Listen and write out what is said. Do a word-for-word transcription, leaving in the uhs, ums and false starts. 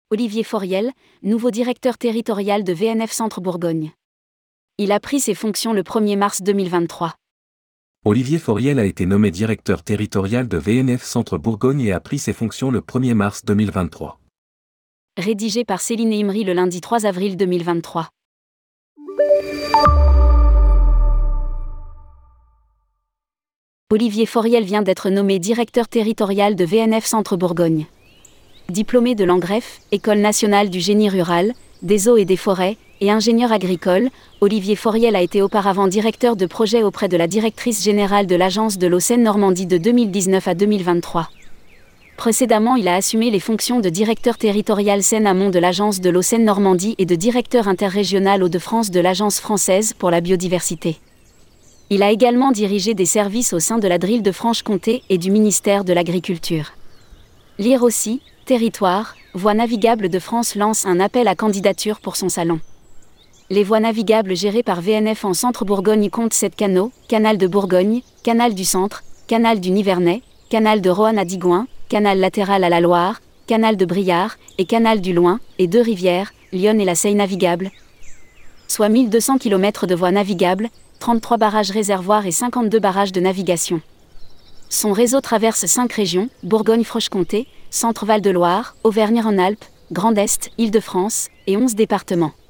Olivier Fauriel, nouveau directeur territorial de V N F Centre Bourgogne. Il a pris ses fonctions le premier mars deux mille vingt-trois. Olivier Fauriel a été nommé directeur territorial de V N F Centre Bourgogne et a pris ses fonctions le premier mars deux mille vingt-trois. Rédigé par Céline Imri le lundi trois avril deux mille vingt-trois. Olivier Fauriel vient d'être nommé directeur territorial de V N F Centre Bourgogne. Diplômé de l'ANGREF, École nationale du génie rural, des eaux et des forêts, et ingénieur agricole, Olivier Fauriel a été auparavant directeur de projet auprès de la directrice générale de l'Agence de l'eau Seine-Normandie de deux mille dix-neuf à deux mille vingt-trois. Précédemment, il a assumé les fonctions de directeur territorial Seine-Amont de l'Agence de l'eau Seine-Normandie et de directeur interrégional Hauts-de-France de l'Agence française pour la biodiversité. Il a également dirigé des services au sein de la D R I L de Franche-Comté et du ministère de l'Agriculture. Lire aussi, Territoire, Voies navigables de France lance un appel à candidature pour son salon. Les voies navigables gérées par V N F en Centre Bourgogne comptent sept canaux, Canal de Bourgogne, Canal du Centre, Canal du Nivernais, Canal de Roanne à Digoin, Canal latéral à la Loire, Canal de Briard, et Canal du Loing, et deux rivières, l'Yonne et la Seille navigables. Soit mille deux cents kilomètres de voies navigables, trente-trois barrages réservoirs et cinquante-deux barrages de navigation. Son réseau traverse cinq régions, Bourgogne-Franche-Comté, Centre-Val de Loire, Auvergne-Rhône-Alpes, Grand Est, Île-de-France, et onze départements.